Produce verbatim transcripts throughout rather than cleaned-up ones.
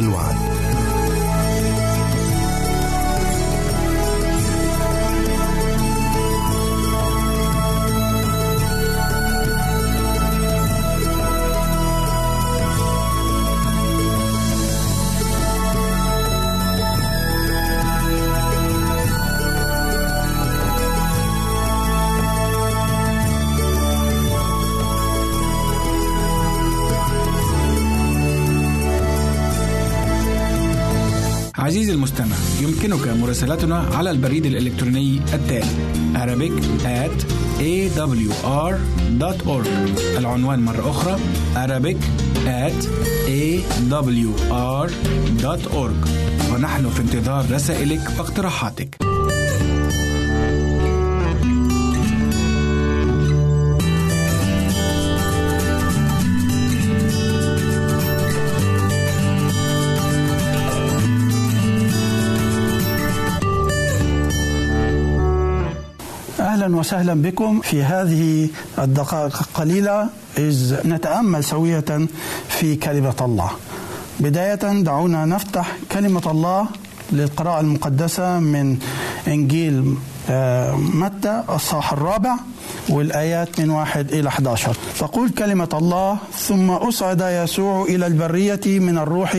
الوعد. عزيزي المستمع، يمكنك مراسلتنا على البريد الإلكتروني التالي arabic at a w r dot org. العنوان مرة أخرى arabic at a w r dot org، ونحن في انتظار رسائلك واقتراحاتك. أهلا وسهلا بكم في هذه الدقائق القليلة إذ نتأمل سوية في كلمة الله. بداية دعونا نفتح كلمة الله للقراءة المقدسة من إنجيل متى الصح الرابع والآيات من واحد إلى أحد عشر. تقول كلمة الله: ثم أصعد يسوع إلى البرية من الروح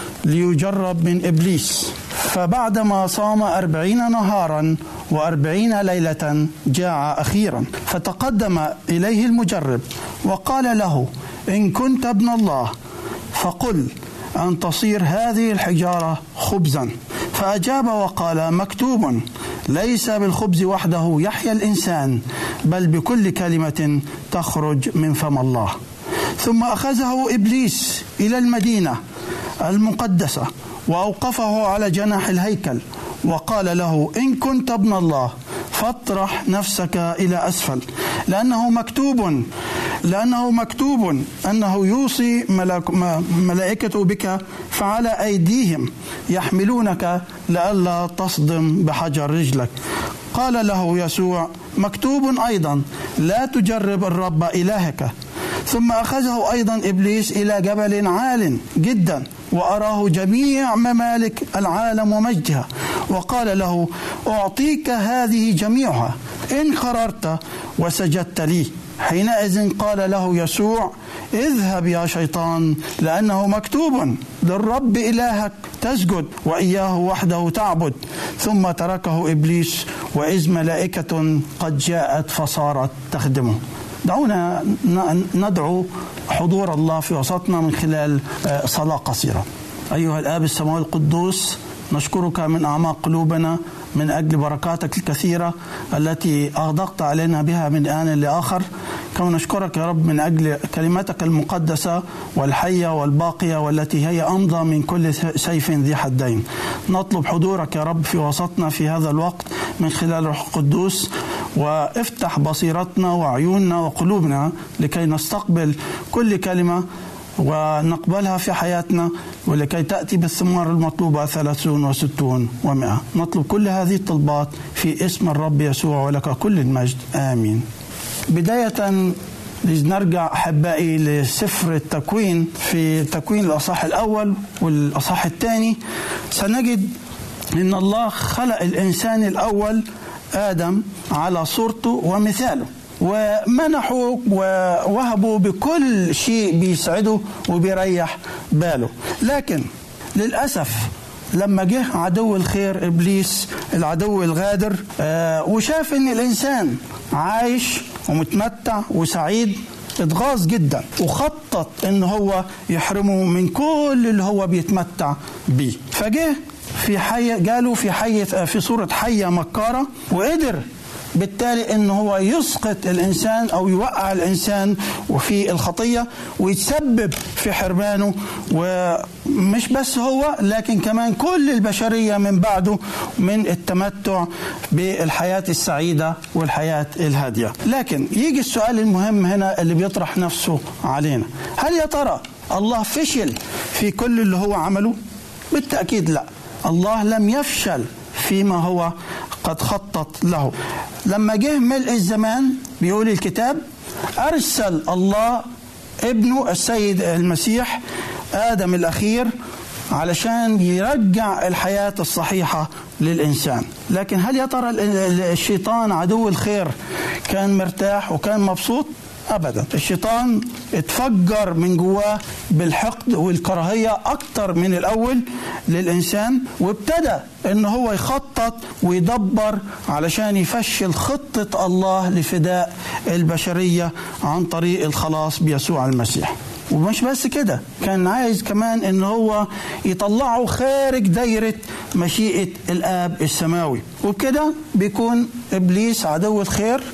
ليجرب من إبليس، فبعدما صام أربعين نهارا وأربعين ليلة جاع أخيرا، فتقدم إليه المجرب وقال له: إن كنت ابن الله فقل أن تصير هذه الحجارة خبزا. فأجاب وقال: مكتوب: ليس بالخبز وحده يحيى الإنسان بل بكل كلمة تخرج من فم الله. ثم أخذه إبليس إلى المدينة المقدسة وأوقفه على جناح الهيكل وقال له: إن كنت ابن الله فاطرح نفسك إلى أسفل، لأنه مكتوب لأنه مكتوب أنه يوصي ملائكته بك فعلى أيديهم يحملونك لئلا تصدم بحجر رجلك. قال له يسوع: مكتوب أيضا: لا تجرب الرب إلهك. ثم أخذه أيضا إبليس إلى جبل عال جدا وأراه جميع ممالك العالم ومجدها، وقال له: أعطيك هذه جميعها إن خررت وسجدت لي. حينئذ قال له يسوع: اذهب يا شيطان، لأنه مكتوب: للرب إلهك تسجد وإياه وحده تعبد. ثم تركه إبليس وإذ ملائكة قد جاءت فصارت تخدمه. دعونا ندعو حضور الله في وسطنا من خلال صلاة قصيرة. أيها الآب السماوي القدوس، نشكرك من أعماق قلوبنا من أجل بركاتك الكثيرة التي أغدقت علينا بها من آن لآخر. كما نشكرك يا رب من أجل كلمتك المقدسة والحية والباقية والتي هي أمضى من كل سيف ذي حدين. نطلب حضورك يا رب في وسطنا في هذا الوقت من خلال روح القدوس، وافتح بصيرتنا وعيوننا وقلوبنا لكي نستقبل كل كلمة ونقبلها في حياتنا، ولكي تأتي بالثمار المطلوبة ثلاثون وستون ومئة. نطلب كل هذه الطلبات في اسم الرب يسوع ولك كل المجد، آمين. بداية نرجع أحبائي لسفر التكوين. في تكوين الأصحاح الأول والأصحاح الثاني سنجد أن الله خلق الإنسان الأول آدم على صورته ومثاله، ومنحوا ووهبوا بكل شيء بيسعده وبيريح باله. لكن للأسف لما جه عدو الخير إبليس العدو الغادر آه وشاف ان الإنسان عايش ومتمتع وسعيد، اتغاظ جدا وخطط ان هو يحرمه من كل اللي هو بيتمتع بيه. فجه في حية جاله في حية في صورة حية مكارة، وقدر بالتالي ان هو يسقط الانسان او يوقع الانسان وفي الخطيه ويتسبب في حرمانه، ومش بس هو لكن كمان كل البشريه من بعده من التمتع بالحياه السعيده والحياه الهاديه. لكن يجي السؤال المهم هنا اللي بيطرح نفسه علينا: هل يا ترى الله فشل في كل اللي هو عمله؟ بالتاكيد لا، الله لم يفشل فيما هو قد خطط له. لما جه ملء الزمان بيقول الكتاب أرسل الله ابنه السيد المسيح آدم الأخير علشان يرجع الحياة الصحيحة للإنسان. لكن هل يا ترى الشيطان عدو الخير كان مرتاح وكان مبسوط؟ أبدا. الشيطان اتفجر من جواه بالحقد والكراهية أكتر من الأول للإنسان، وابتدى إن هو يخطط ويدبر علشان يفشل خطة الله لفداء البشرية عن طريق الخلاص بيسوع المسيح. ومش بس كده، كان عايز كمان إن هو يطلعه خارج دايرة مشيئة الآب السماوي، وبكده بيكون إبليس عدو الخير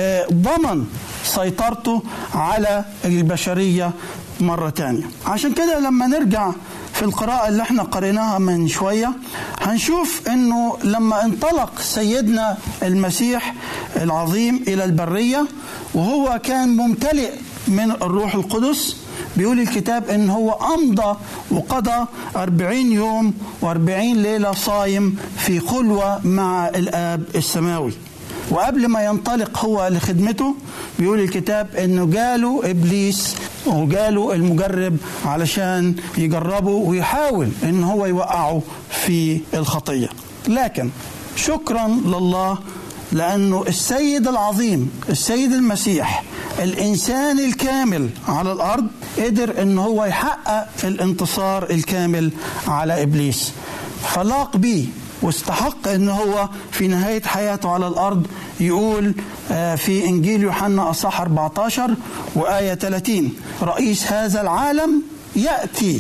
ضمن سيطرته على البشرية مرة تانية. عشان كده لما نرجع في القراءة اللي احنا قريناها من شوية هنشوف انه لما انطلق سيدنا المسيح العظيم الى البرية وهو كان ممتلئ من الروح القدس، بيقول الكتاب ان هو امضى وقضى أربعين يوم وأربعين ليلة صايم في خلوة مع الآب السماوي. وقبل ما ينطلق هو لخدمته بيقول الكتاب انه جاله ابليس وجاله المجرب علشان يجربه ويحاول ان هو يوقعه في الخطية. لكن شكرا لله لانه السيد العظيم السيد المسيح الانسان الكامل على الارض قدر ان هو يحقق الانتصار الكامل على ابليس، فلاق بيه واستحق ان هو في نهاية حياته على الارض يقول في انجيل يوحنا اصحاح أربعة عشر وآية ثلاثين: رئيس هذا العالم يأتي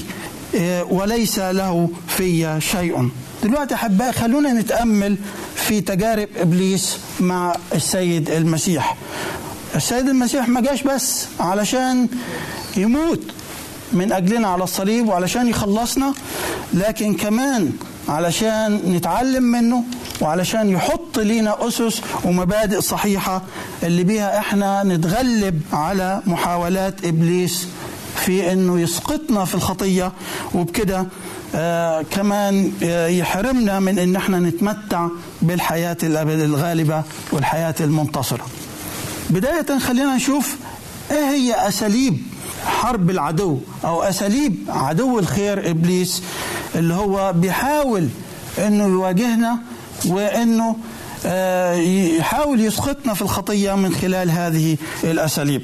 وليس له في شيء. دلوقتي احبائي خلونا نتأمل في تجارب ابليس مع السيد المسيح. السيد المسيح ما جاش بس علشان يموت من اجلنا على الصليب وعلشان يخلصنا، لكن كمان علشان نتعلم منه وعلشان يحط لينا أسس ومبادئ صحيحة اللي بيها احنا نتغلب على محاولات إبليس في انه يسقطنا في الخطية، وبكده آه كمان آه يحرمنا من ان احنا نتمتع بالحياة الغالبة والحياة المنتصرة. بداية خلينا نشوف ايه هي أساليب حرب العدو او أساليب عدو الخير إبليس اللي هو بيحاول انه يواجهنا وانه يحاول يسقطنا في الخطية من خلال هذه الأساليب.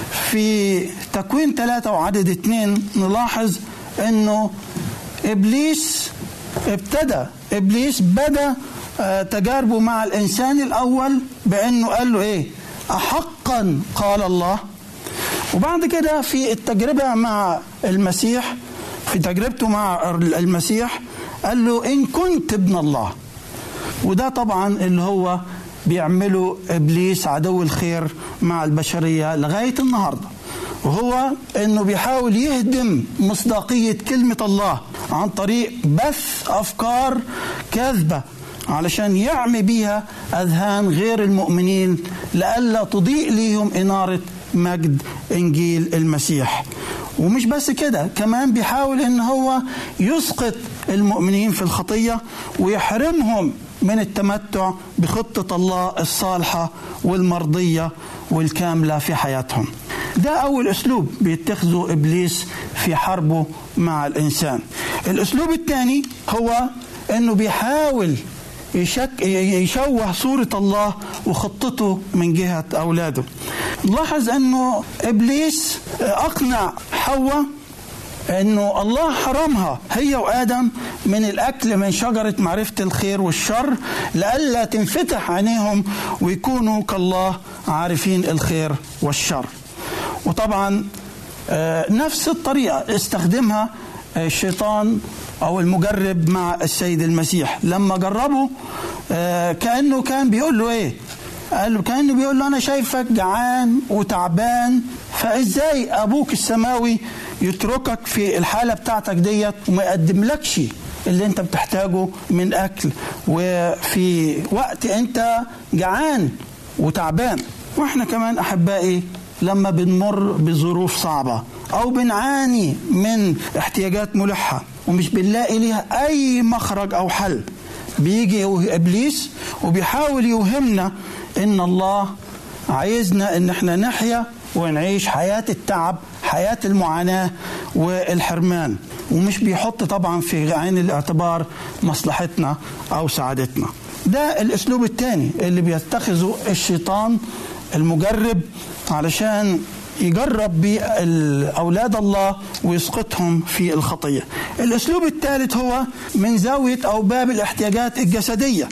في تكوين ثلاثة وعدد اثنين نلاحظ انه ابليس ابتدى ابليس بدأ تجاربه مع الانسان الاول بانه قال له ايه؟ احقا قال الله. وبعد كده في التجربة مع المسيح في تجربته مع المسيح قال له إن كنت ابن الله. وده طبعا اللي هو بيعمله إبليس عدو الخير مع البشرية لغاية النهاردة، وهو إنه بيحاول يهدم مصداقية كلمة الله عن طريق بث أفكار كاذبة علشان يعمي بيها أذهان غير المؤمنين لألا تضيء ليهم إنارة مجد إنجيل المسيح. ومش بس كده، كمان بيحاول ان هو يسقط المؤمنين في الخطية ويحرمهم من التمتع بخطة الله الصالحة والمرضية والكاملة في حياتهم. ده أول أسلوب بيتخذه إبليس في حربه مع الإنسان. الأسلوب الثاني هو أنه بيحاول يشك يشوه صورة الله وخطته من جهة أولاده. لاحظ أنه إبليس أقنع حواء أنه الله حرمها هي وآدم من الأكل من شجرة معرفة الخير والشر لألا تنفتح عينيهم ويكونوا كالله عارفين الخير والشر. وطبعا نفس الطريقة استخدمها الشيطان أو المجرب مع السيد المسيح لما جربه. كأنه كان بيقول له إيه؟ قال له كأنه بيقول له أنا شايفك جعان وتعبان، فإزاي أبوك السماوي يتركك في الحالة بتاعتك ديت وما يقدم لكش اللي أنت بتحتاجه من أكل وفي وقت أنت جعان وتعبان. وإحنا كمان أحبائي لما بنمر بظروف صعبة أو بنعاني من احتياجات ملحة ومش بنلاقي ليها أي مخرج أو حل، بيجي إبليس وبيحاول يوهمنا إن الله عايزنا إن احنا نحيا ونعيش حياة التعب، حياة المعاناة والحرمان. ومش بيحط طبعا في عين الاعتبار مصلحتنا أو سعادتنا. ده الأسلوب الثاني اللي بيتخذه الشيطان المجرب علشان يجرب بأولاد الله ويسقطهم في الخطية. الأسلوب الثالث هو من زاوية أو باب الاحتياجات الجسدية.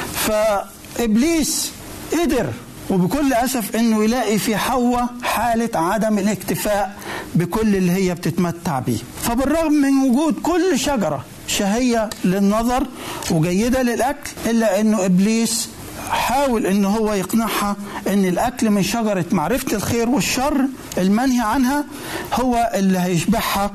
فإبليس قدر وبكل أسف أنه يلاقي في حواء حالة عدم الاكتفاء بكل اللي هي بتتمتع به. فبالرغم من وجود كل شجرة شهية للنظر وجيدة للأكل، إلا أنه إبليس حاول أنه هو يقنعها أن الأكل من شجرة معرفة الخير والشر المنهي عنها هو اللي هيشبعها.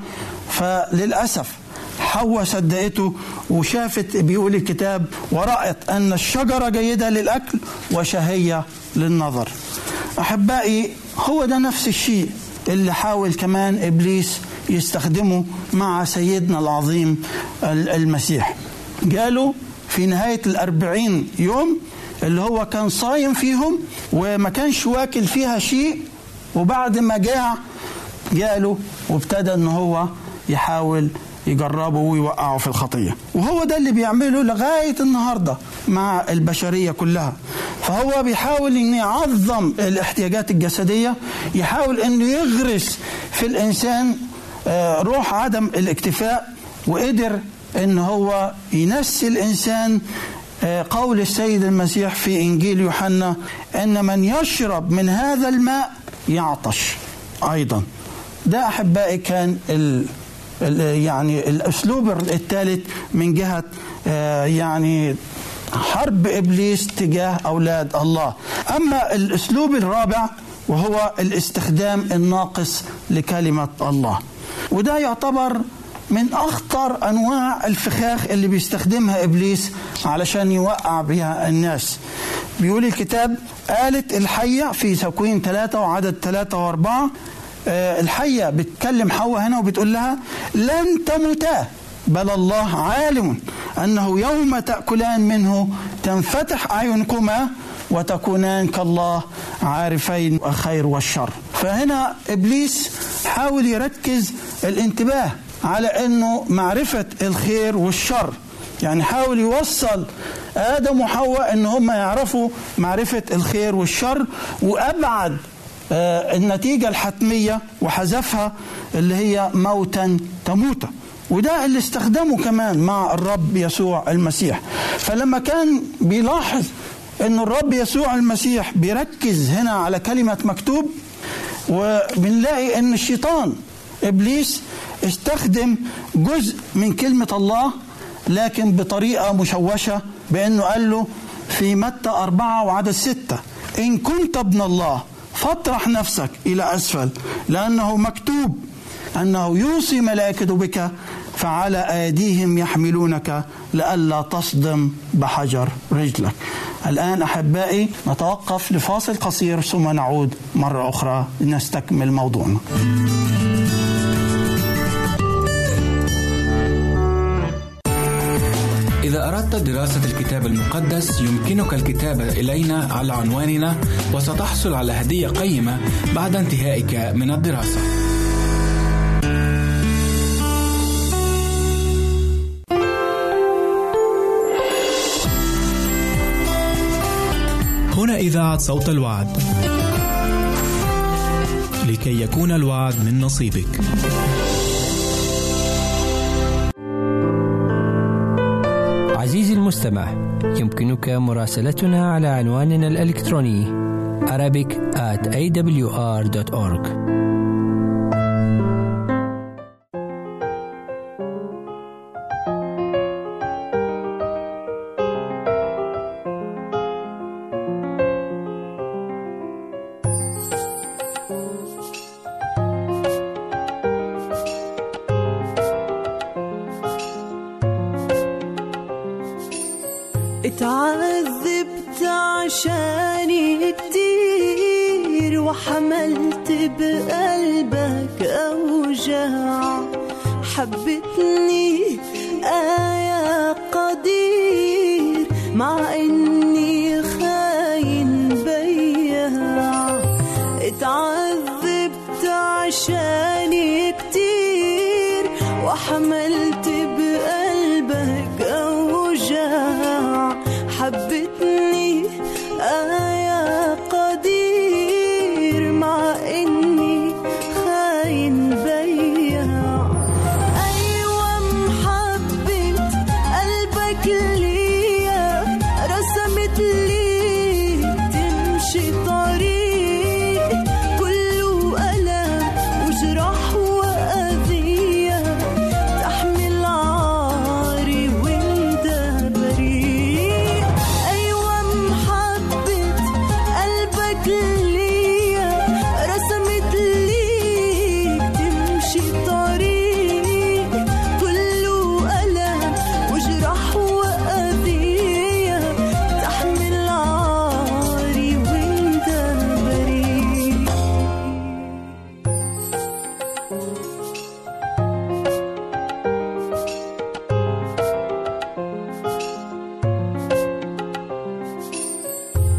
فللأسف حواء صدقته وشافت، بيقول الكتاب، ورأت أن الشجرة جيدة للأكل وشهية للنظر. أحبائي، هو ده نفس الشيء اللي حاول كمان إبليس يستخدمه مع سيدنا العظيم المسيح. قالوا في نهاية الأربعين يوم اللي هو كان صايم فيهم وما كانش واكل فيها شيء، وبعد ما جاع قالوا وابتدى أنه هو يحاول يجربه ويوقعه في الخطية. وهو ده اللي بيعمله لغاية النهاردة مع البشرية كلها. فهو بيحاول أن يعظم الاحتياجات الجسدية، يحاول أنه يغرس في الإنسان روح عدم الاكتفاء، وقدر أن هو ينسي الإنسان قول السيد المسيح في إنجيل يوحنا أن من يشرب من هذا الماء يعطش أيضا. ده أحبائي كان ال يعني الأسلوب الثالث من جهة يعني حرب إبليس تجاه أولاد الله. أما الأسلوب الرابع وهو الاستخدام الناقص لكلمة الله، وده يعتبر من أخطر أنواع الفخاخ اللي بيستخدمها إبليس علشان يوقع بها الناس. بيقول الكتاب: قالت الحية في تكوين ثلاثة وعدد ثلاثة وأربعة، الحية بتكلم حواء هنا وبتقول لها: لن تموتا، بل الله عالم أنه يوم تأكلان منه تنفتح أعينكما وتكونان كالله عارفين الخير والشر. فهنا إبليس حاول يركز الانتباه على أنه معرفة الخير والشر، يعني حاول يوصل آدم وحواء أن هم يعرفوا معرفة الخير والشر، وأبعد آه النتيجة الحتمية وحذفها اللي هي موتا تموت. وده اللي استخدمه كمان مع الرب يسوع المسيح. فلما كان بيلاحظ أن الرب يسوع المسيح بيركز هنا على كلمة مكتوب، وبنلاقي أن الشيطان إبليس استخدم جزء من كلمة الله لكن بطريقة مشوشة، بأنه قال له في متى أربعة وعدد ستة: إن كنت ابن الله فاطرح نفسك إلى أسفل، لأنه مكتوب أنه يوصي ملائكته بك فعلى أيديهم يحملونك لئلا تصدم بحجر رجلك. الآن أحبائي نتوقف لفاصل قصير ثم نعود مرة أخرى لنستكمل موضوعنا. إذا أردت دراسة الكتاب المقدس يمكنك الكتابة إلينا على عنواننا، وستحصل على هدية قيمة بعد انتهائك من الدراسة. هنا إذاعة صوت الوعد، لكي يكون الوعد من نصيبك. عزيزي المستمع، يمكنك مراسلتنا على عنواننا الإلكتروني arabic at a w r dot org. اتعذبت عشاني كتير وحملت بقلبك أوجاع، حبتني آية قدير مع إني خاين بياع. اتعذبت عشاني كتير وحملت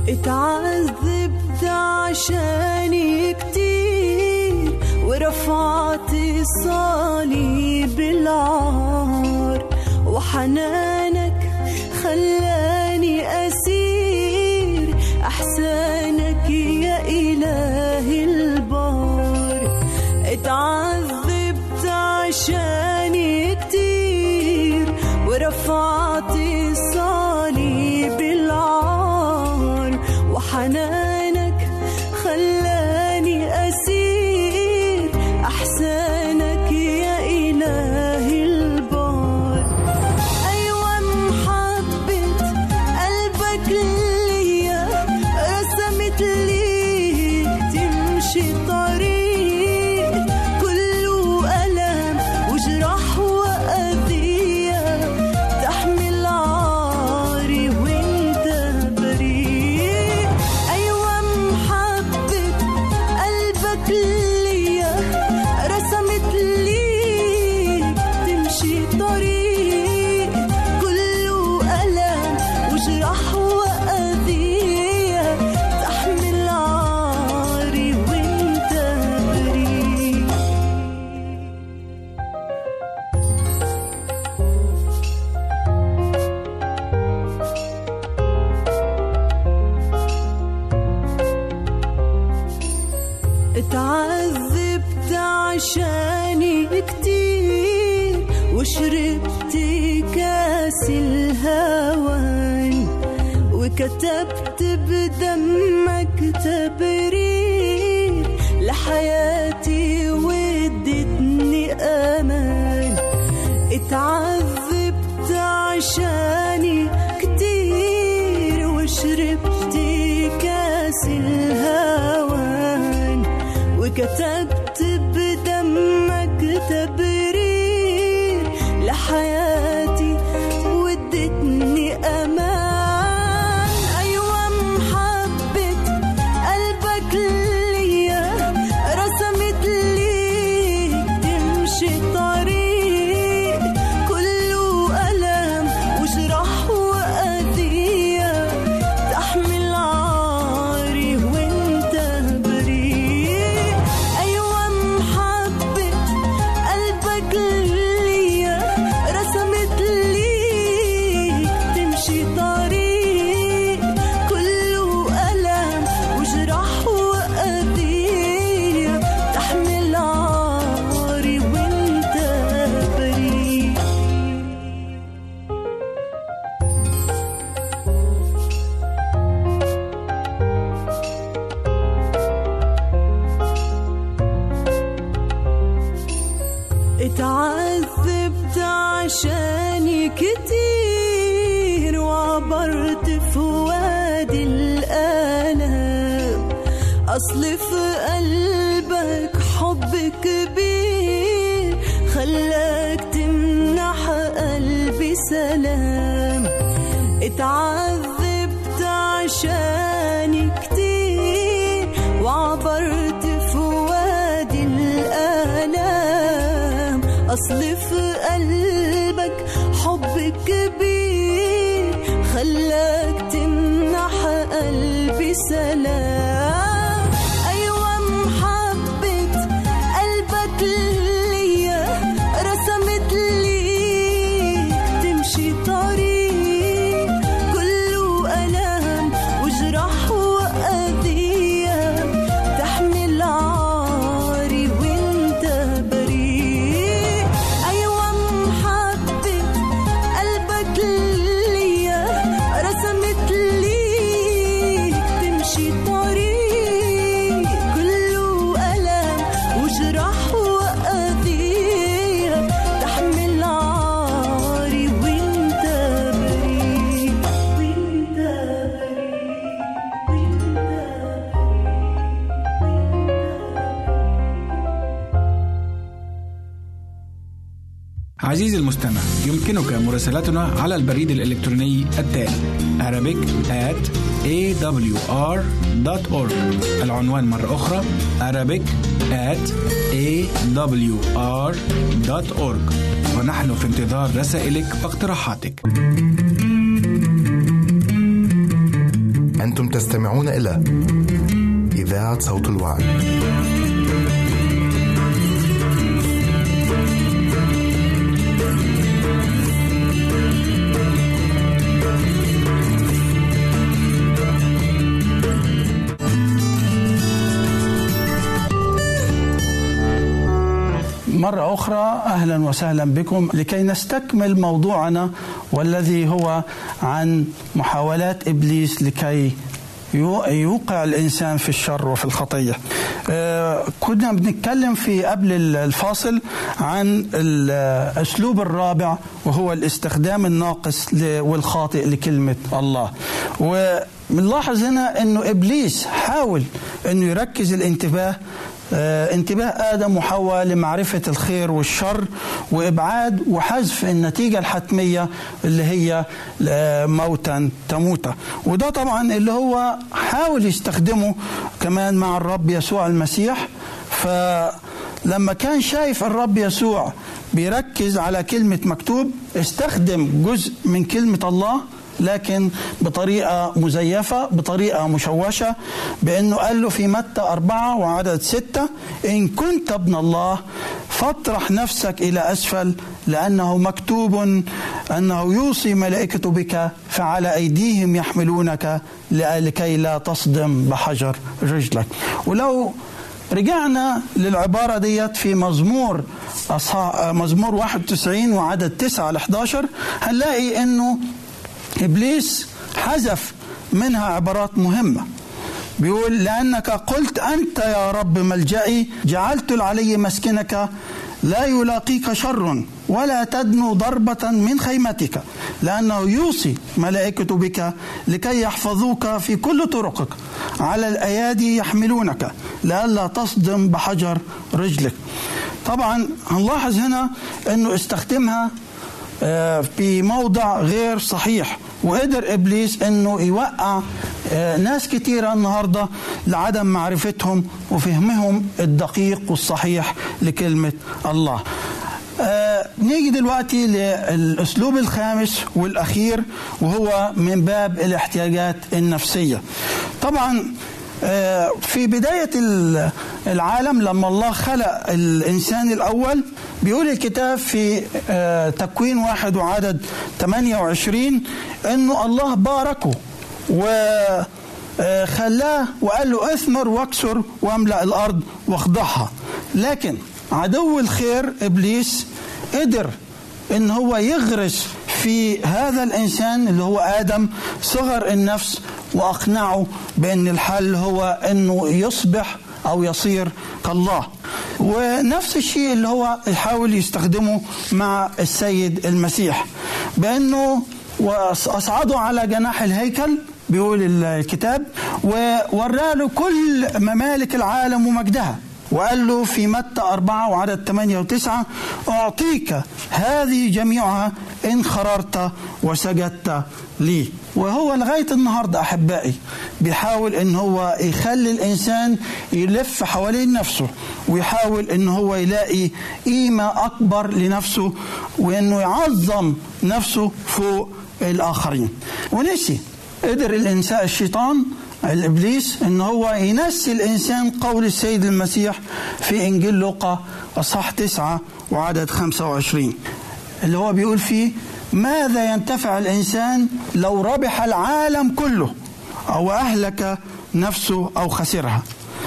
اتعذبت عشاني كتير ورفعت صليب العار، وحنانك خلاني أسير أحسانك يا إله البار. اتعذبت عشاني كتير ورفعت صليب العار، وحنانك خلاني أسير أحسانك يا إله البار. أيوة محبة قلبك ليا رسمت لي تمشي طريق كله ألم وجرح وأذية، تحمل عاري وانت بريء. أيوة محبة قلبك ليا رسمت لي تمشي طريق كله ألم وجرح وأذية، تحمل عاري وانت بريء. اتعذبت عشاني كتير وشربت كاس الهوان، وكتبت بدمك تبرير لحياتي وادتني أمان. اتعذبت عشاني كتير وشربت كاس الهوان، وكتبت بدمك تبرير لحياتي وادتني أمان. أيوة محبة قلبك ليا رسمت لي تمشي طريق كله ألم وجرح وأذية، تحمل عاري وانت بريء. أيوة محبة قلبك ليا رسمت لي تمشي طريق كله ألم وجرح وأذية، تحمل عاري وانت بريء. اتعذبت عشاني كتير وعبرت في وادي الآلام، أصل في قلبك حب كبير خلاك تمنح قلبي سلام. اتعذبت عشاني كتير وعبرت في وادي الآلام، أصل في قلبك حب كبير خلاك تمنح قلبي سلام. أيوة محبة قلبك ليا رسمت لي تمشي طريق كله ألم وجرح وأذية، تحمل عاري وانت بريء. أيوة محبة قلبك ليا رسمت لي تمشي طريق كله ألم وجرح وأذية، تحمل عاري وانت بريء وانت بريء وانت. عزيزي المستمع، يمكنك مراسلتنا على البريد الإلكتروني التالي arabic at a w r dot org. العنوان مرة أخرى arabic at a w r dot org، ونحن في انتظار رسائلك واقتراحاتك. أنتم تستمعون إلى إذاعة صوت الوعد. مرة أخرى أهلا وسهلا بكم لكي نستكمل موضوعنا، والذي هو عن محاولات إبليس لكي يوقع الإنسان في الشر وفي الخطية. آه كنا بنتكلم في قبل الفاصل عن الأسلوب الرابع، وهو الاستخدام الناقص والخاطئ لكلمة الله. وبنلاحظ هنا أنه إبليس حاول أنه يركز الانتباه آه انتباه آدم وحواء لمعرفة الخير والشر، وإبعاد وحذف النتيجة الحتمية اللي هي آه موتا تموتا. وده طبعا اللي هو حاول يستخدمه كمان مع الرب يسوع المسيح. فلما كان شايف الرب يسوع بيركز على كلمة مكتوب، استخدم جزء من كلمة الله لكن بطريقة مزيفة، بطريقة مشوشة، بأنه قال له في متى أربعة وعدد ستة: إن كنت ابن الله فاطرح نفسك إلى أسفل، لأنه مكتوب أنه يوصي ملائكته بك فعلى أيديهم يحملونك لكي لا تصدم بحجر رجلك. ولو رجعنا للعبارة ديت في مزمور مزمور واحد وتسعين وعدد تسعة لإحدى عشر، هنلاقي أنه إبليس حذف منها عبارات مهمة. بيقول: لأنك قلت أنت يا رب ملجئي، جعلت العلي مسكنك، لا يلاقيك شر ولا تدنو ضربة من خيمتك، لأنه يوصي ملائكته بك لكي يحفظوك في كل طرقك، على الأيادي يحملونك لئلا تصدم بحجر رجلك. طبعا هنلاحظ هنا أنه استخدمها في موضع غير صحيح، وقدر إبليس أنه يوقع ناس كتيرة النهاردة لعدم معرفتهم وفهمهم الدقيق والصحيح لكلمة الله. آه نيجي دلوقتي للأسلوب الخامس والأخير، وهو من باب الاحتياجات النفسية. طبعا آه في بداية العالم لما الله خلق الإنسان الأول، بيقول الكتاب في آه تكوين واحد وعدد ثمانية وعشرين أنه الله باركه وخلاه وقال له: اثمر واكسر واملأ الأرض واخضعها. لكن عدو الخير إبليس قدر ان هو يغرس في هذا الإنسان اللي هو آدم صغر النفس، وأقنعه بأن الحل هو أنه يصبح أو يصير كالله. ونفس الشيء اللي هو يحاول يستخدمه مع السيد المسيح، بأنه وأصعده على جناح الهيكل، بيقول الكتاب، ووراله كل ممالك العالم ومجدها، وقال له في متى أربعة وعدد ثمانية وتسعة: أعطيك هذه جميعها إن خررت وسجدت لي. وهو لغاية النهاردة أحبائي بيحاول إن هو يخلي الإنسان يلف حوالين نفسه، ويحاول إن هو يلاقي قيمة أكبر لنفسه، وإنه يعظم نفسه فوق الآخرين. ونسي قدر الإنسان الشيطان الإبليس إن هو ينسي الإنسان قول السيد المسيح في إنجيل لوقا أصحاح تسعة وعدد خمسة وعشرين، اللي هو بيقول فيه: ماذا ينتفع الإنسان لو ربح العالم كله أو أهلك نفسه أو خسرها؟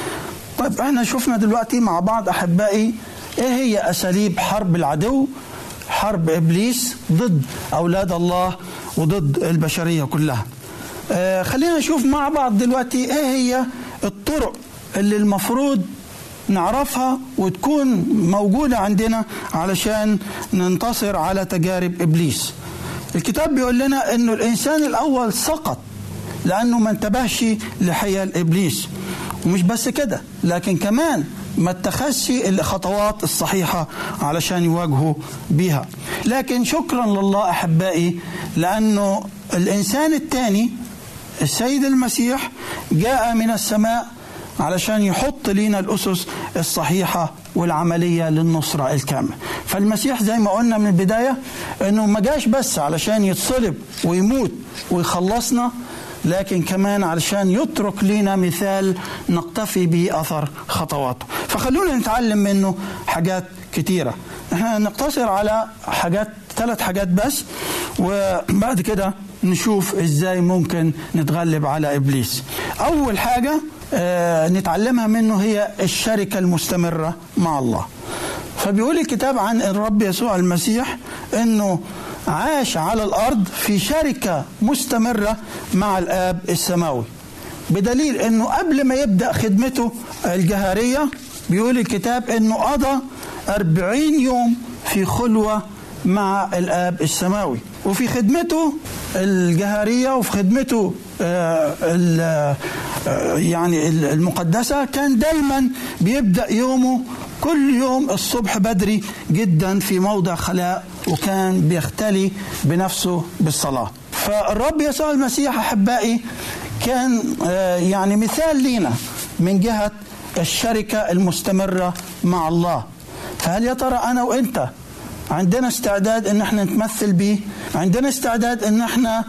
طيب احنا شفنا دلوقتي مع بعض أحبائي إيه هي أساليب حرب العدو، حرب إبليس ضد أولاد الله وضد البشرية كلها. آه خلينا نشوف مع بعض دلوقتي ايه هي الطرق اللي المفروض نعرفها وتكون موجودة عندنا علشان ننتصر على تجارب إبليس. الكتاب بيقول لنا انه الإنسان الأول سقط لأنه ما انتبهش لحيل إبليس، ومش بس كده لكن كمان ما اتخذش الخطوات الصحيحة علشان يواجهوا بيها. لكن شكرا لله أحبائي، لأنه الإنسان الثاني السيد المسيح جاء من السماء علشان يحط لنا الأسس الصحيحة والعملية للنصرة الكاملة. فالمسيح زي ما قلنا من البداية أنه ما جاش بس علشان يتصلب ويموت ويخلصنا، لكن كمان علشان يترك لنا مثال نقتفي به أثر خطواته. فخلونا نتعلم منه حاجات كتيرة. احنا نقتصر على حاجات ثلاث حاجات بس، وبعد كده نشوف ازاي ممكن نتغلب على إبليس. أول حاجة اه نتعلمها منه هي الشركة المستمرة مع الله. فبيقول الكتاب عن الرب يسوع المسيح انه عاش على الأرض في شركة مستمرة مع الآب السماوي، بدليل أنه قبل ما يبدأ خدمته الجهارية بيقول الكتاب أنه قضى أربعين يوم في خلوة مع الآب السماوي. وفي خدمته الجهارية وفي خدمته يعني المقدسة كان دايما بيبدأ يومه كل يوم الصبح بدري جدا في موضع خلاء، وكان بيختلي بنفسه بالصلاة. فالرب يسوع المسيح أحبائي كان يعني مثال لنا من جهة الشركة المستمرة مع الله. فهل يا ترى أنا وإنت عندنا استعداد إن احنا نتمثل به؟ عندنا استعداد إن احنا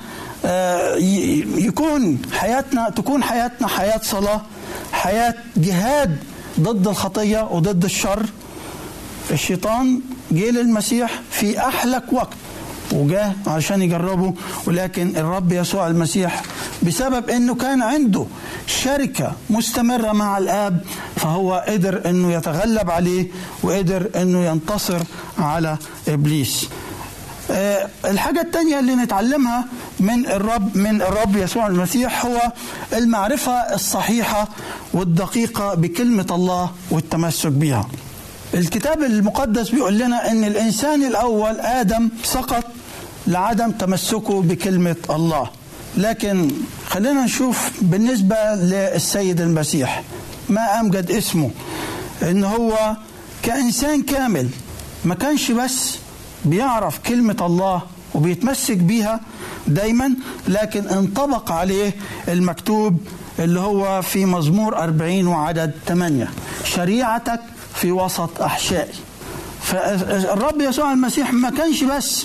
يكون حياتنا تكون حياتنا حياة صلاة، حياة جهاد ضد الخطية وضد الشر؟ الشيطان جه للمسيح في أحلك وقت وجاه عشان يجربه، ولكن الرب يسوع المسيح بسبب أنه كان عنده شركة مستمرة مع الآب فهو قدر أنه يتغلب عليه وقدر أنه ينتصر على إبليس. أه الحاجة الثانية اللي نتعلمها من الرب من الرب يسوع المسيح هو المعرفة الصحيحة والدقيقة بكلمة الله والتمسك بها. الكتاب المقدس بيقول لنا أن الإنسان الأول آدم سقط لعدم تمسكه بكلمة الله، لكن خلينا نشوف بالنسبة للسيد المسيح ما أمجد اسمه، أنه هو كإنسان كامل ما كانش بس بيعرف كلمة الله وبيتمسك بيها دايما، لكن انطبق عليه المكتوب اللي هو في مزمور أربعين وعدد ثمانية: شريعتك في وسط أحشائي. فالرب يسوع المسيح ما كانش بس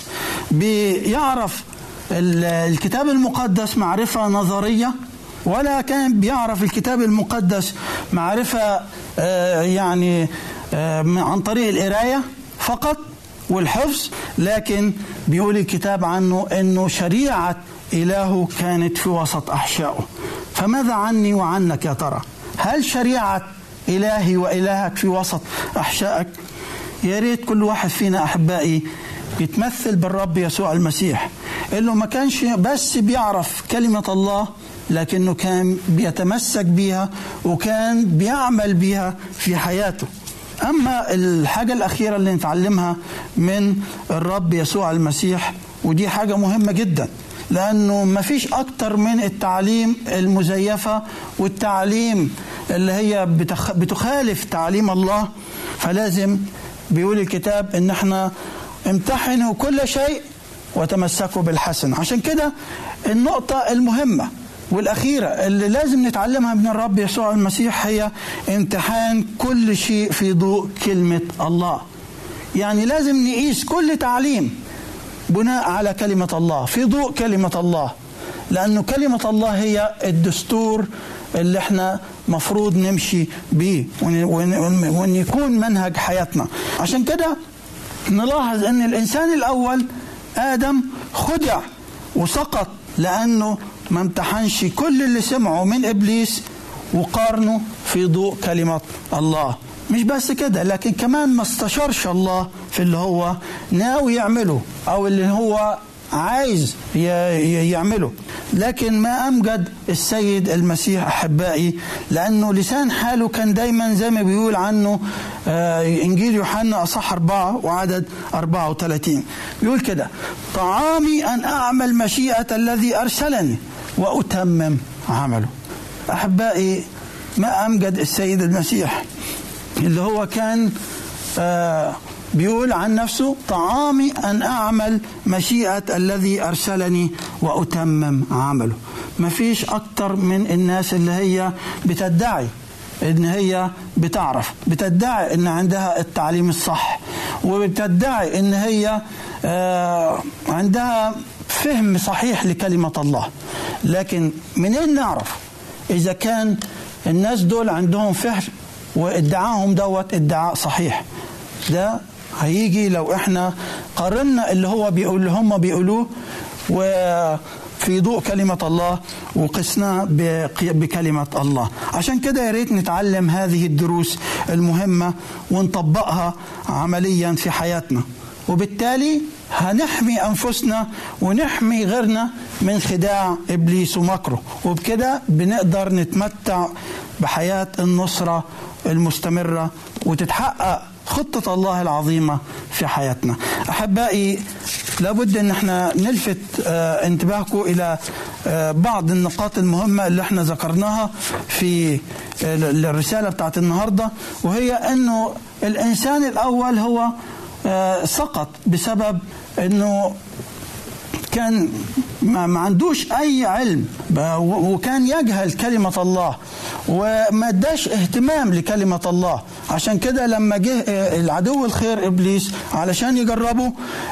بيعرف الكتاب المقدس معرفة نظرية، ولا كان بيعرف الكتاب المقدس معرفة يعني عن طريق القراية فقط والحفظ، لكن بيقول الكتاب عنه أنه شريعة إلهه كانت في وسط أحشائه. فماذا عني وعنك يا ترى؟ هل شريعة إلهي وإلهك في وسط أحشائك؟ يا ريت كل واحد فينا أحبائي يتمثل بالرب يسوع المسيح، إنه ما كانش بس بيعرف كلمة الله لكنه كان بيتمسك بيها وكان بيعمل بيها في حياته. أما الحاجة الأخيرة اللي نتعلمها من الرب يسوع المسيح، ودي حاجة مهمة جدا، لأنه ما فيش أكتر من التعليم المزيفة والتعليم اللي هي بتخالف تعليم الله. فلازم بيقول الكتاب إن احنا امتحنوا كل شيء وتمسكوا بالحسن. عشان كده النقطة المهمة والأخيرة اللي لازم نتعلمها من الرب يسوع المسيح هي امتحان كل شيء في ضوء كلمة الله. يعني لازم نقيس كل تعليم بناء على كلمة الله، في ضوء كلمة الله، لأنه كلمة الله هي الدستور اللي احنا مفروض نمشي بيه وان يكون منهج حياتنا. عشان كده نلاحظ ان الإنسان الأول آدم خدع وسقط لأنه ما امتحنش كل اللي سمعه من إبليس وقارنه في ضوء كلمة الله. مش بس كده، لكن كمان ما استشارش الله في اللي هو ناوي يعمله أو اللي هو عايز يعمله. لكن ما أمجد السيد المسيح أحبائي، لأنه لسان حاله كان دايما زي ما بيقول عنه إنجيل يوحنا أصح أربعة وعدد أربعة وثلاثين، بيقول كده: طعامي أن أعمل مشيئة الذي أرسلني وأتمم عمله. أحبائي ما أمجد السيد المسيح اللي هو كان آه بيقول عن نفسه: طعامي أن أعمل مشيئة الذي أرسلني وأتمم عمله. ما فيش أكتر من الناس اللي هي بتدعي إن هي بتعرف، بتدعي إن عندها التعليم الصح، وبتدعي إن هي آه عندها فهم صحيح لكلمة الله، لكن منين نعرف إذا كان الناس دول عندهم فهم وادعاهم دوت ادعاء صحيح؟ ده هيجي لو احنا قارنا اللي هو بيقول اللي هم بيقولوه وفي ضوء كلمة الله وقسنا بكلمة الله. عشان كده يا ريت نتعلم هذه الدروس المهمة ونطبقها عمليا في حياتنا، وبالتالي هنحمي أنفسنا ونحمي غيرنا من خداع إبليس ومكره، وبكده بنقدر نتمتع بحياة النصرة المستمرة وتتحقق خطة الله العظيمة في حياتنا. أحبائي، لابد أن احنا نلفت اه انتباهكم إلى اه بعض النقاط المهمة اللي احنا ذكرناها في الرسالة بتاعت النهاردة، وهي أنه الإنسان الأول هو اه سقط بسبب أنه كان ما عندوش أي علم وكان يجهل كلمة الله وما اداش اهتمام لكلمة الله. عشان كده لما جه العدو الخير إبليس علشان يجربه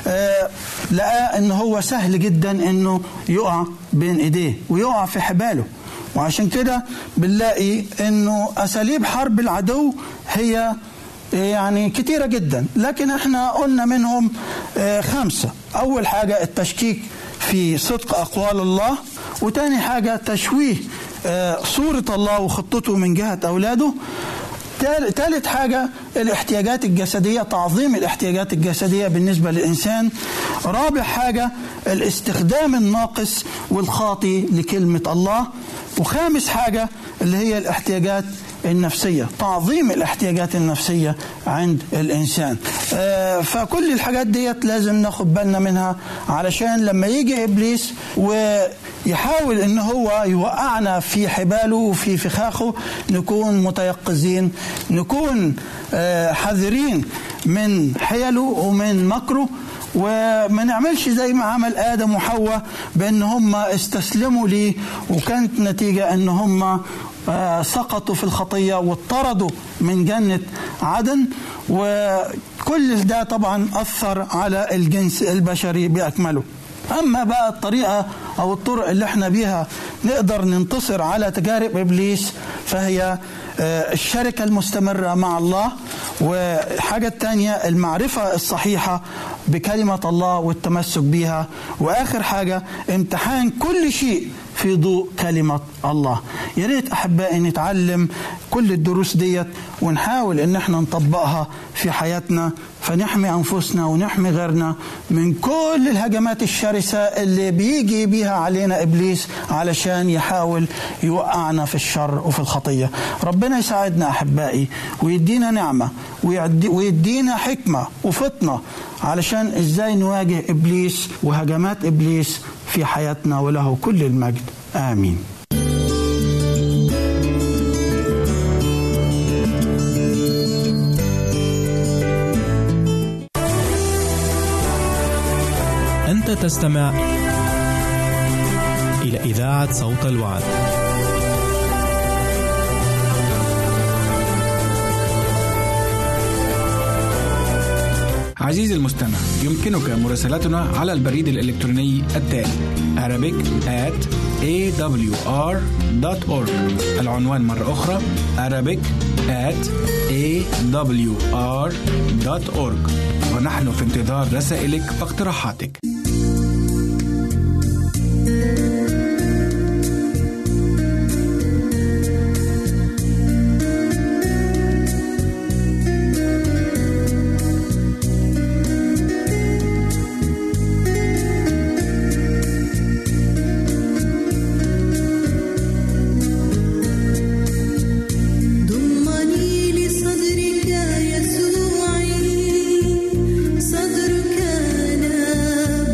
لقى إنه هو سهل جدا إنه يقع بين إيديه ويقع في حباله. وعشان كده بنلاقي إنه أساليب حرب العدو هي يعني كتيرة جدا، لكن احنا قلنا منهم خمسة. أول حاجة التشكيك في صدق أقوال الله، وتاني حاجة تشويه صورة الله وخطته من جهة أولاده، ثالث حاجة الاحتياجات الجسدية، تعظيم الاحتياجات الجسدية بالنسبة للإنسان، رابع حاجة الاستخدام الناقص والخاطئ لكلمة الله، وخامس حاجة اللي هي الاحتياجات النفسية، تعظيم الاحتياجات النفسية عند الإنسان. فكل الحاجات ديت لازم ناخد بالنا منها علشان لما يجي إبليس ويحاول إن هو يوقعنا في حباله وفي فخاخه نكون متيقظين، نكون حذرين من حيله ومن مكره، وما نعملش زي ما عمل آدم وحواء بأن هم استسلموا ليه وكانت نتيجة أن هم سقطوا في الخطية واطردوا من جنة عدن، وكل ده طبعا أثر على الجنس البشري بأكمله. أما بقى الطريقة أو الطرق اللي احنا بيها نقدر ننتصر على تجارب إبليس فهي الشركة المستمرة مع الله، وحاجة تانية المعرفة الصحيحة بكلمة الله والتمسك بها، وآخر حاجة امتحان كل شيء في ضوء كلمة الله. يا ريت أحبائي نتعلم كل الدروس ديت ونحاول إن احنا نطبقها في حياتنا فنحمي أنفسنا ونحمي غيرنا من كل الهجمات الشرسة اللي بيجي بيها علينا إبليس علشان يحاول يوقعنا في الشر وفي الخطية. ربنا يساعدنا أحبائي ويدينا نعمة ويدينا حكمة وفطنة علشان إزاي نواجه إبليس وهجمات إبليس في حياتنا، وله كل المجد. آمين. أنت تستمع إلى إذاعة صوت الوعد. عزيزي المستمع، يمكنك مراسلتنا على البريد الإلكتروني التالي arabic at a w r dot org. العنوان مرة أخرى arabic at a w r dot org، ونحن في انتظار رسائلك واقتراحاتك. صدرك أنا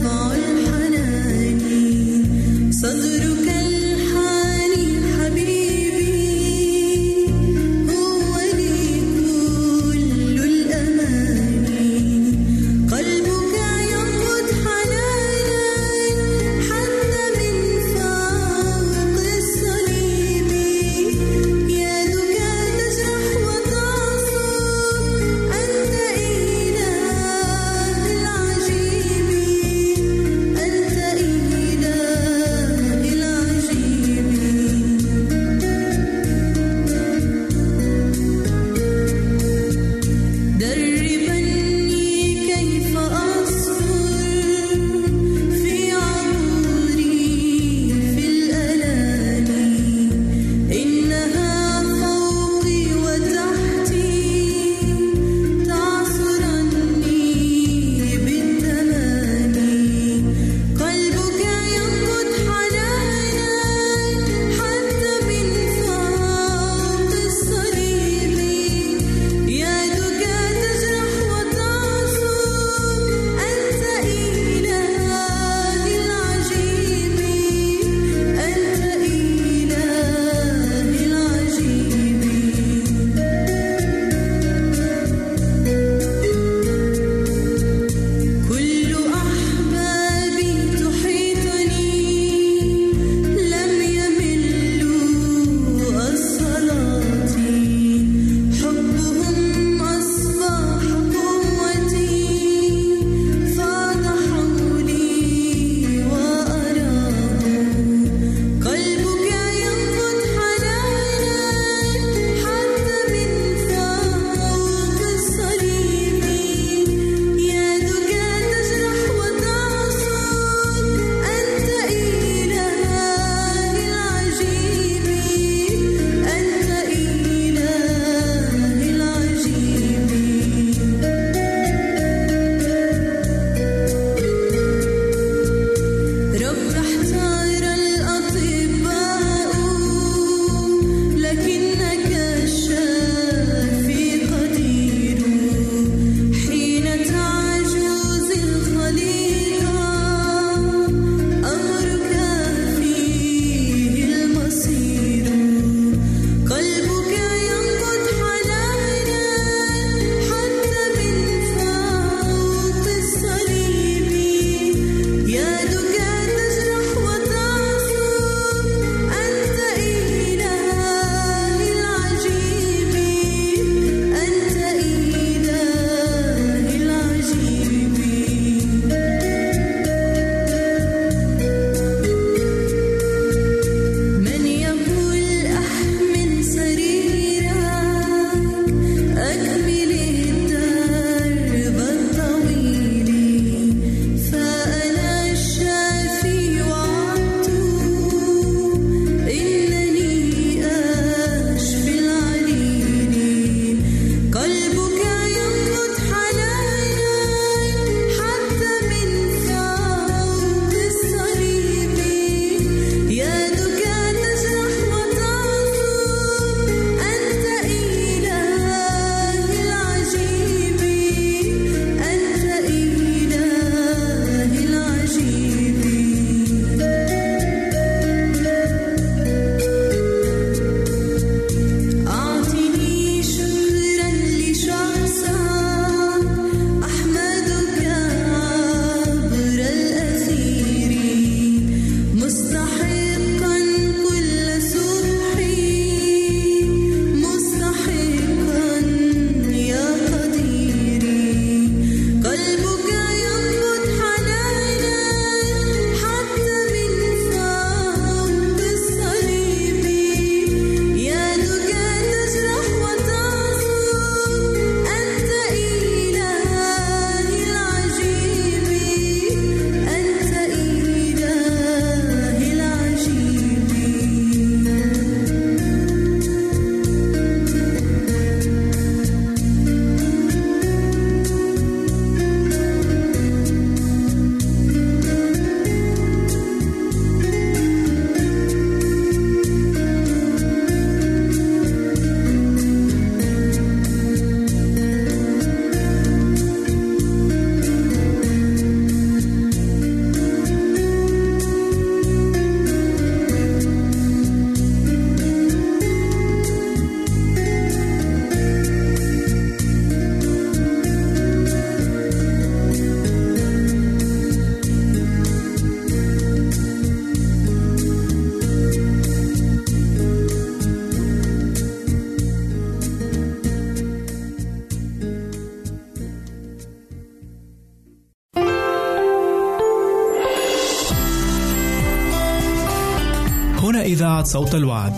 هنا إذاعة صوت الوعد،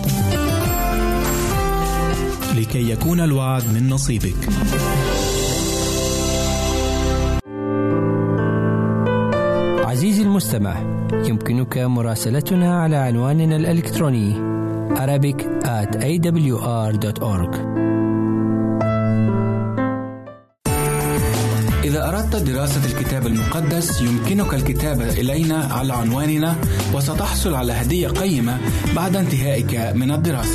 لكي يكون الوعد من نصيبك. عزيزي المستمع، يمكنك مراسلتنا على عنواننا الإلكتروني arabic at a w r dot org. إذا أردت دراسة الكتاب المقدس يمكنك الكتابة إلينا على عنواننا، وستحصل على هدية قيمة بعد انتهائك من الدراسة.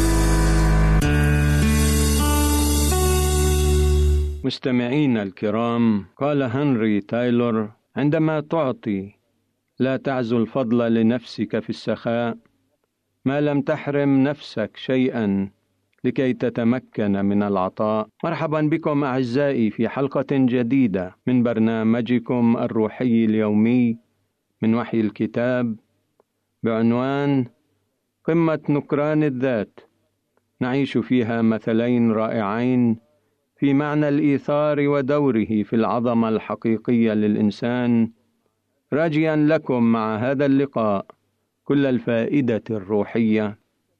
مستمعينا الكرام، قال هنري تايلور: عندما تعطي لا تعزو الفضل لنفسك في السخاء، ما لم تحرم نفسك شيئا لكي تتمكن من العطاء. مرحبا بكم أعزائي في حلقة جديدة من برنامجكم الروحي اليومي من وحي الكتاب بعنوان قمة نكران الذات. نعيش فيها مثلين رائعين في معنى الإيثار ودوره في العظمة الحقيقية للإنسان، راجيا لكم مع هذا اللقاء كل الفائدة الروحية.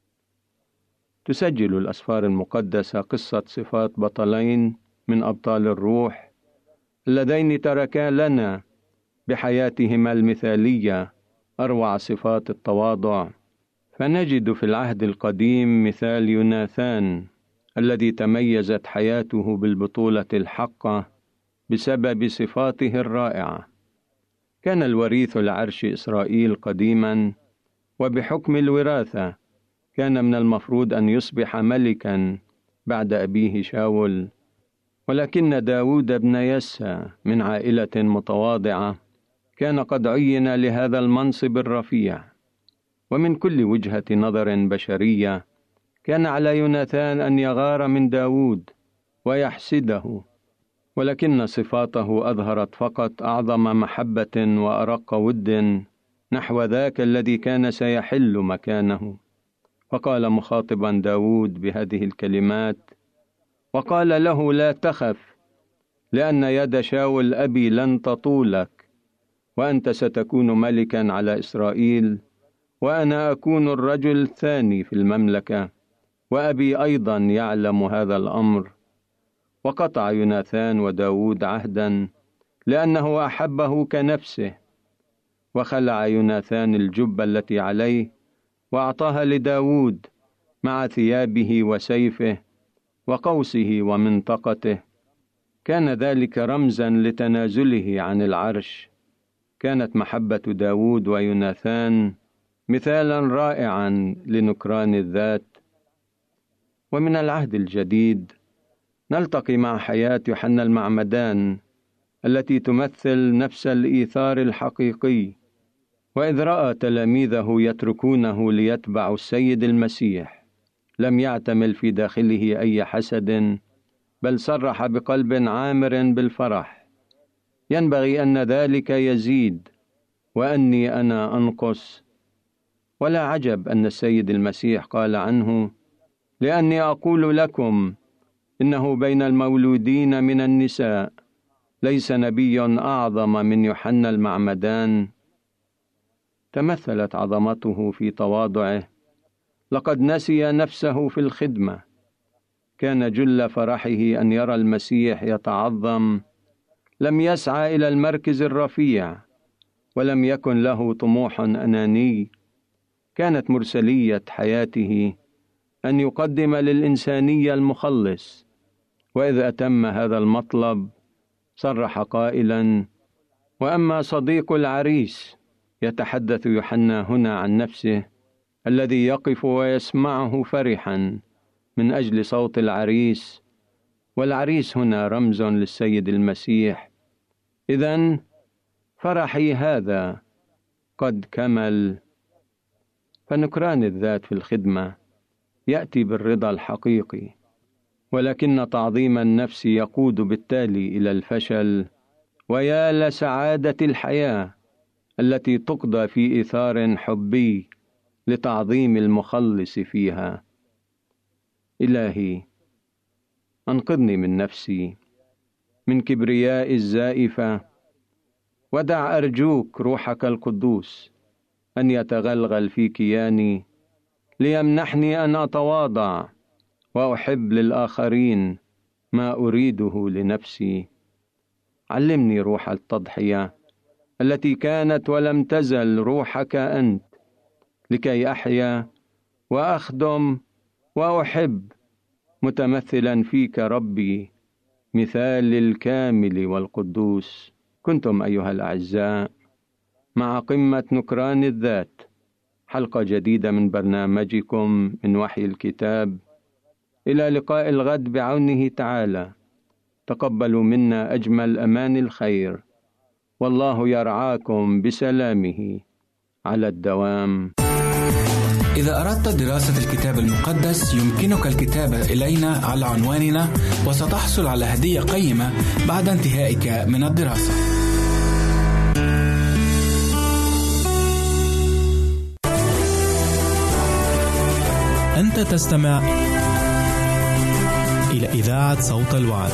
تسجل الأسفار المقدسة قصة صفات بطلين من أبطال الروح اللذين تركا لنا بحياتهما المثالية أروع صفات التواضع. فنجد في العهد القديم مثال يوناثان الذي تميزت حياته بالبطولة الحقة بسبب صفاته الرائعة. كان الوريث لعرش إسرائيل قديما، وبحكم الوراثة كان من المفروض أن يصبح ملكا بعد أبيه شاول، ولكن داود بن يسى من عائلة متواضعة كان قد عين لهذا المنصب الرفيع. ومن كل وجهة نظر بشرية كان على يوناثان أن يغار من داود ويحسده، ولكن صفاته أظهرت فقط أعظم محبة وأرق ود نحو ذاك الذي كان سيحل مكانه. فقال مخاطبا داود بهذه الكلمات، وقال له: لا تخف، لأن يد شاول أبي لن تطولك، وأنت ستكون ملكا على إسرائيل، وأنا أكون الرجل الثاني في المملكة، وأبي أيضا يعلم هذا الأمر. وقطع يوناثان وداود عهدا لأنه أحبه كنفسه، وخلع يوناثان الجبة التي عليه وأعطاها لداود مع ثيابه وسيفه وقوسه ومنطقته. كان ذلك رمزا لتنازله عن العرش. كانت محبة داود ويوناثان مثالا رائعا لنكران الذات. ومن العهد الجديد نلتقي مع حياة يوحنا المعمدان التي تمثل نفس الإيثار الحقيقي. وإذ رأى تلاميذه يتركونه ليتبعوا السيد المسيح لم يعتمل في داخله أي حسد، بل صرح بقلب عامر بالفرح: ينبغي أن ذلك يزيد وأني أنا أنقص. ولا عجب أن السيد المسيح قال عنه: لأني أقول لكم إنه بين المولودين من النساء ليس نبي أعظم من يوحنا المعمدان. تمثلت عظمته في تواضعه، لقد نسي نفسه في الخدمة. كان جل فرحه أن يرى المسيح يتعظم. لم يسعى إلى المركز الرفيع، ولم يكن له طموح أناني. كانت مرسلية حياته أن يقدم للإنسانية المخلص. وإذ أتم هذا المطلب صرح قائلا: وأما صديق العريس، يتحدث يوحنا هنا عن نفسه، الذي يقف ويسمعه فرحا من أجل صوت العريس، والعريس هنا رمز للسيد المسيح. إذن فرحي هذا قد كمل. فنكران الذات في الخدمة يأتي بالرضا الحقيقي، ولكن تعظيم النفس يقود بالتالي إلى الفشل. ويا لسعادة الحياة التي تقضى في إيثار حبي لتعظيم المخلص فيها. إلهي، أنقذني من نفسي، من كبرياء الزائفة، ودع أرجوك روحك القدوس أن يتغلغل في كياني ليمنحني أن أتواضع وأحب للآخرين ما أريده لنفسي. علمني روح التضحية التي كانت ولم تزل روحك أنت، لكي أحيا وأخدم وأحب متمثلا فيك ربي، مثال الكامل والقدوس. كنتم أيها الأعزاء مع قمة نكران الذات، حلقة جديدة من برنامجكم من وحي الكتاب. إلى لقاء الغد بعونه تعالى. تقبلوا منا أجمل أمان الخير، والله يرعاكم بسلامه على الدوام. إذا أردت دراسة الكتاب المقدس يمكنك الكتابة إلينا على عنواننا، وستحصل على هدية قيمة بعد انتهائك من الدراسة. أنت تستمع إلى إذاعة صوت الوعد.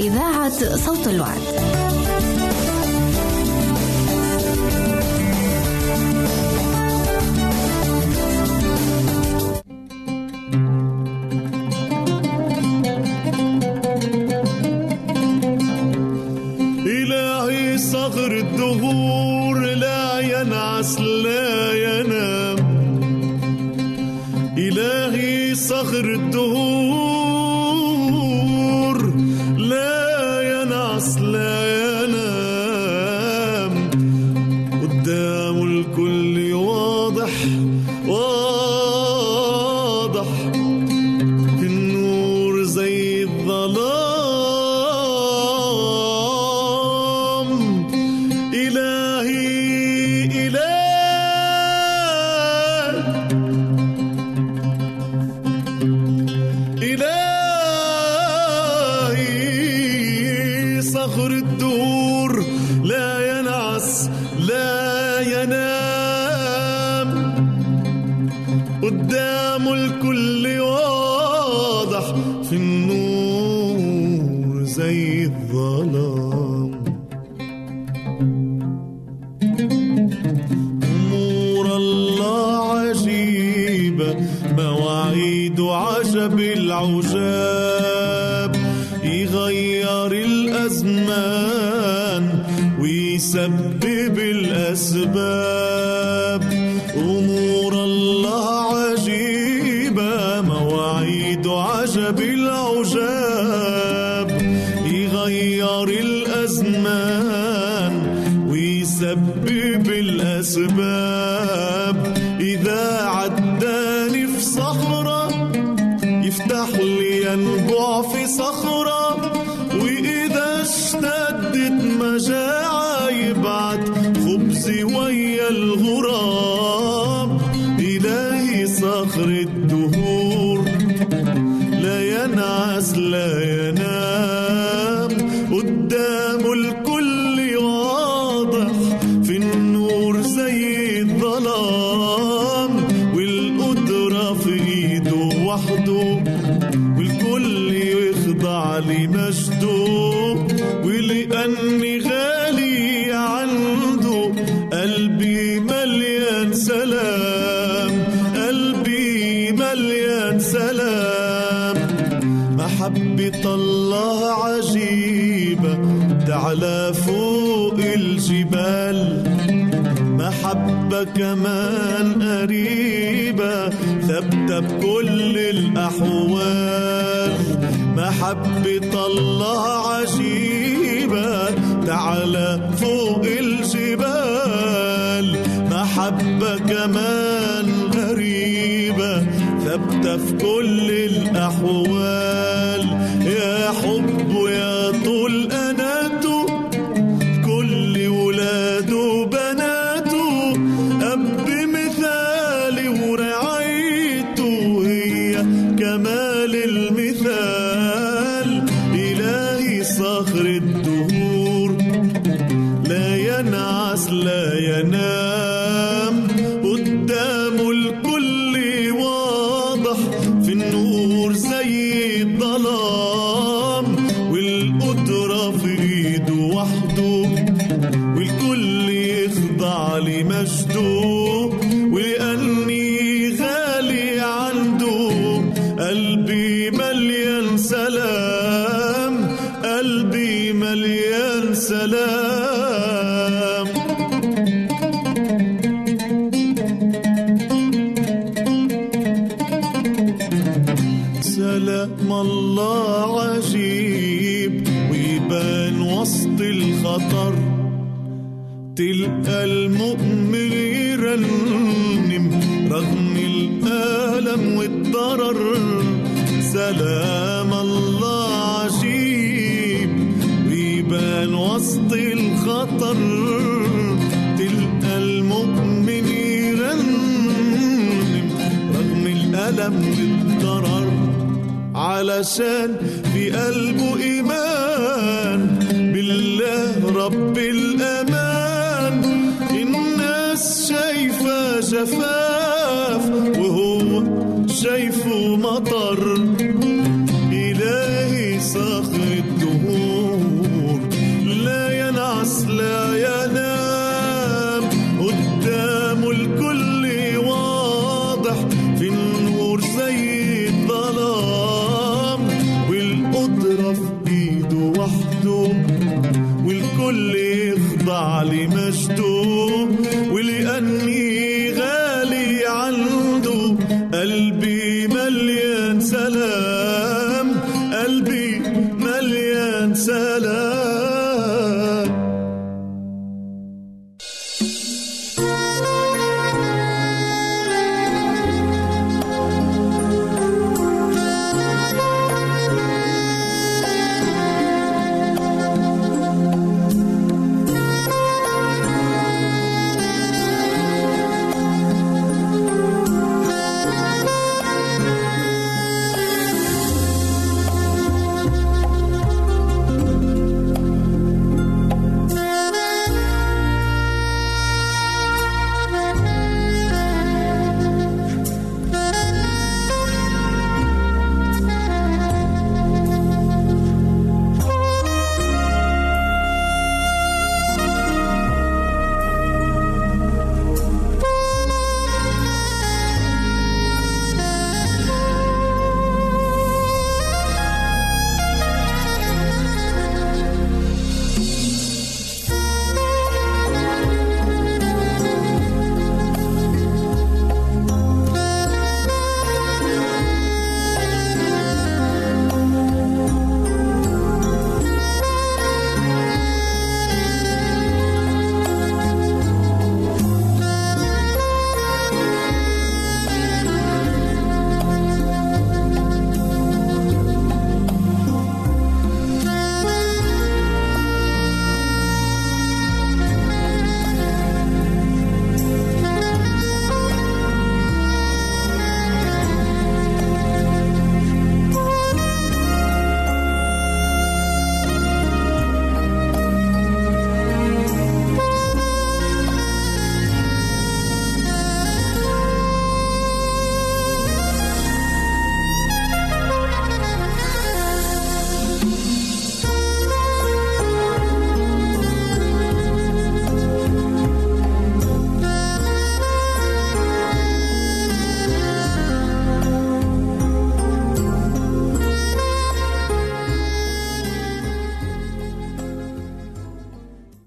إذاعة صوت الوعد. ينعس لا ينام، إلهي صخر الدهور لا ينعس لا ينام، قدامه الكل واضح واضح، في النور زي الظلام. إلهي إلهي إلهي صخر الدهور لا ينعس لا ينام، قدامه الكل واضح، في النور زي الظلام. أمور الله عجيبة، مواعيد عجب العجاب، يغير الأزمان ويسبب الأسباب. أمور الله عجيبة، مواعيد عجب العجاب، يغير الأزمان ويسبب الأسباب. إذا عداني في صخرة يفتح لي ينبع في صخرة، وإذا اشتدت مجاعة يبعت خبزي ويا الغراب. إلهي صخر الدهور لا ينعس لا ينام، قدامه الكل واضح، في النور زي الظلام. والقدرة في ايده وحده، والكل يخضع لمجده، ولأني غالي عنده قلبي مليان سلام، قلبي مليان سلام. محبة الله عجيبة، تعلى فوق الجبال، محبة كمان قريبة، ثابتة بكل الأحوال. محبة الله عجيبة، تعلى فوق الجبال، محبة كمان غريبة، ثابتة في كل الأحوال. يا حب يا طول أناته، كل ولاده بناته، أب مثالي ورعايته، هي كمال المثال. إلهي صخر الدهور لا ينعس لا ينام، قدامه الكل واضح، في النور زي الظلام. والقدرة في ايده وحده، والكل يخضع لمجده، ولأني غالي عنده قلبي مليان سلام، قلبي مليان سلام. سلام الله عجيب، ويبان وسط الخطر، تلقى المؤمن يرنم رغم الألم والضرر. سلام الله عجيب، ويبان وسط الخطر، تلقى المؤمن يرنم رغم الألم والضرر، علشان في قلبه إيمان بالله رب الأمان. الناس شايفة جفاف وهو شايفه مطر،